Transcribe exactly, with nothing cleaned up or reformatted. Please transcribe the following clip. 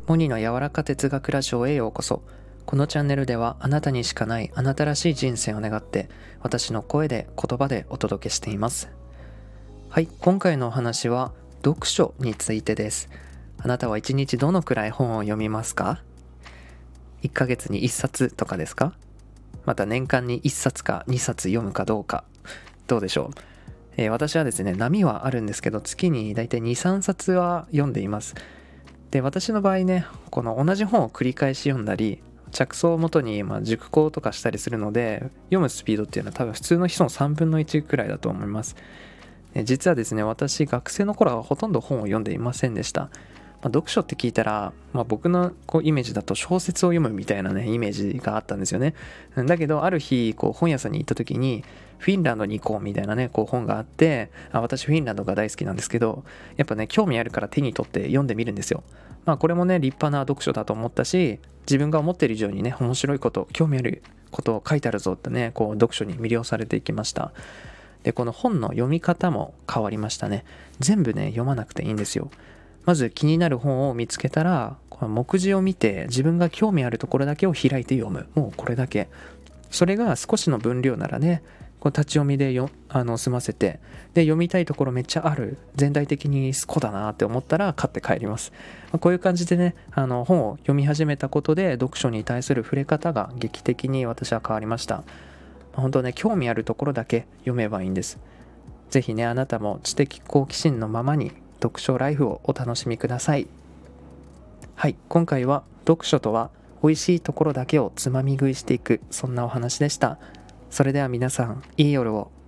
モニの柔らか哲学ラジオへようこそ。このチャンネルではあなたにしかないあなたらしい人生を願って私の声で言葉でお届けしています。はい、今回のお話は読書についてです。あなたは一日どのくらい本を読みますか？いっかげつにいっさつとかですか？また年間にいっさつかにさつ読むかどうか、どうでしょう。えー私はですね、波はあるんですけど月にだいたいに、さんさつは読んでいます。で、私の場合ね、この同じ本を繰り返し読んだり着想をもとにまあ熟考とかしたりするので、読むスピードっていうのは多分普通の人のさんぶんのいちくらいだと思います。え実はですね、私学生の頃はほとんど本を読んでいませんでした。まあ、読書って聞いたら、まあ、僕のこうイメージだと小説を読むみたいなねイメージがあったんですよね。だけどある日こう本屋さんに行った時にフィンランドに行こうみたいなねこう本があって、あ私フィンランドが大好きなんですけど、やっぱね興味あるから手に取って読んでみるんですよ。まあこれもね立派な読書だと思ったし、自分が思っている以上にね面白いこと、興味あることを書いてあるぞってねこう読書に魅了されていきました。でこの本の読み方も変わりましたね。全部ね読まなくていいんですよ。まず気になる本を見つけたら、この目次を見て自分が興味あるところだけを開いて読む。もうこれだけ。それが少しの分量ならね、こう立ち読みでよあの済ませて、で読みたいところめっちゃある、全体的に好きだなって思ったら買って帰ります。まあこういう感じでね、あの本を読み始めたことで読書に対する触れ方が劇的に私は変わりました。まあ本当ね、興味あるところだけ読めばいいんです。ぜひね、あなたも知的好奇心のままに読書ライフをお楽しみください。はい、今回は読書とは美味しいところだけをつまみ食いしていく、そんなお話でした。それでは皆さん、いい夜を。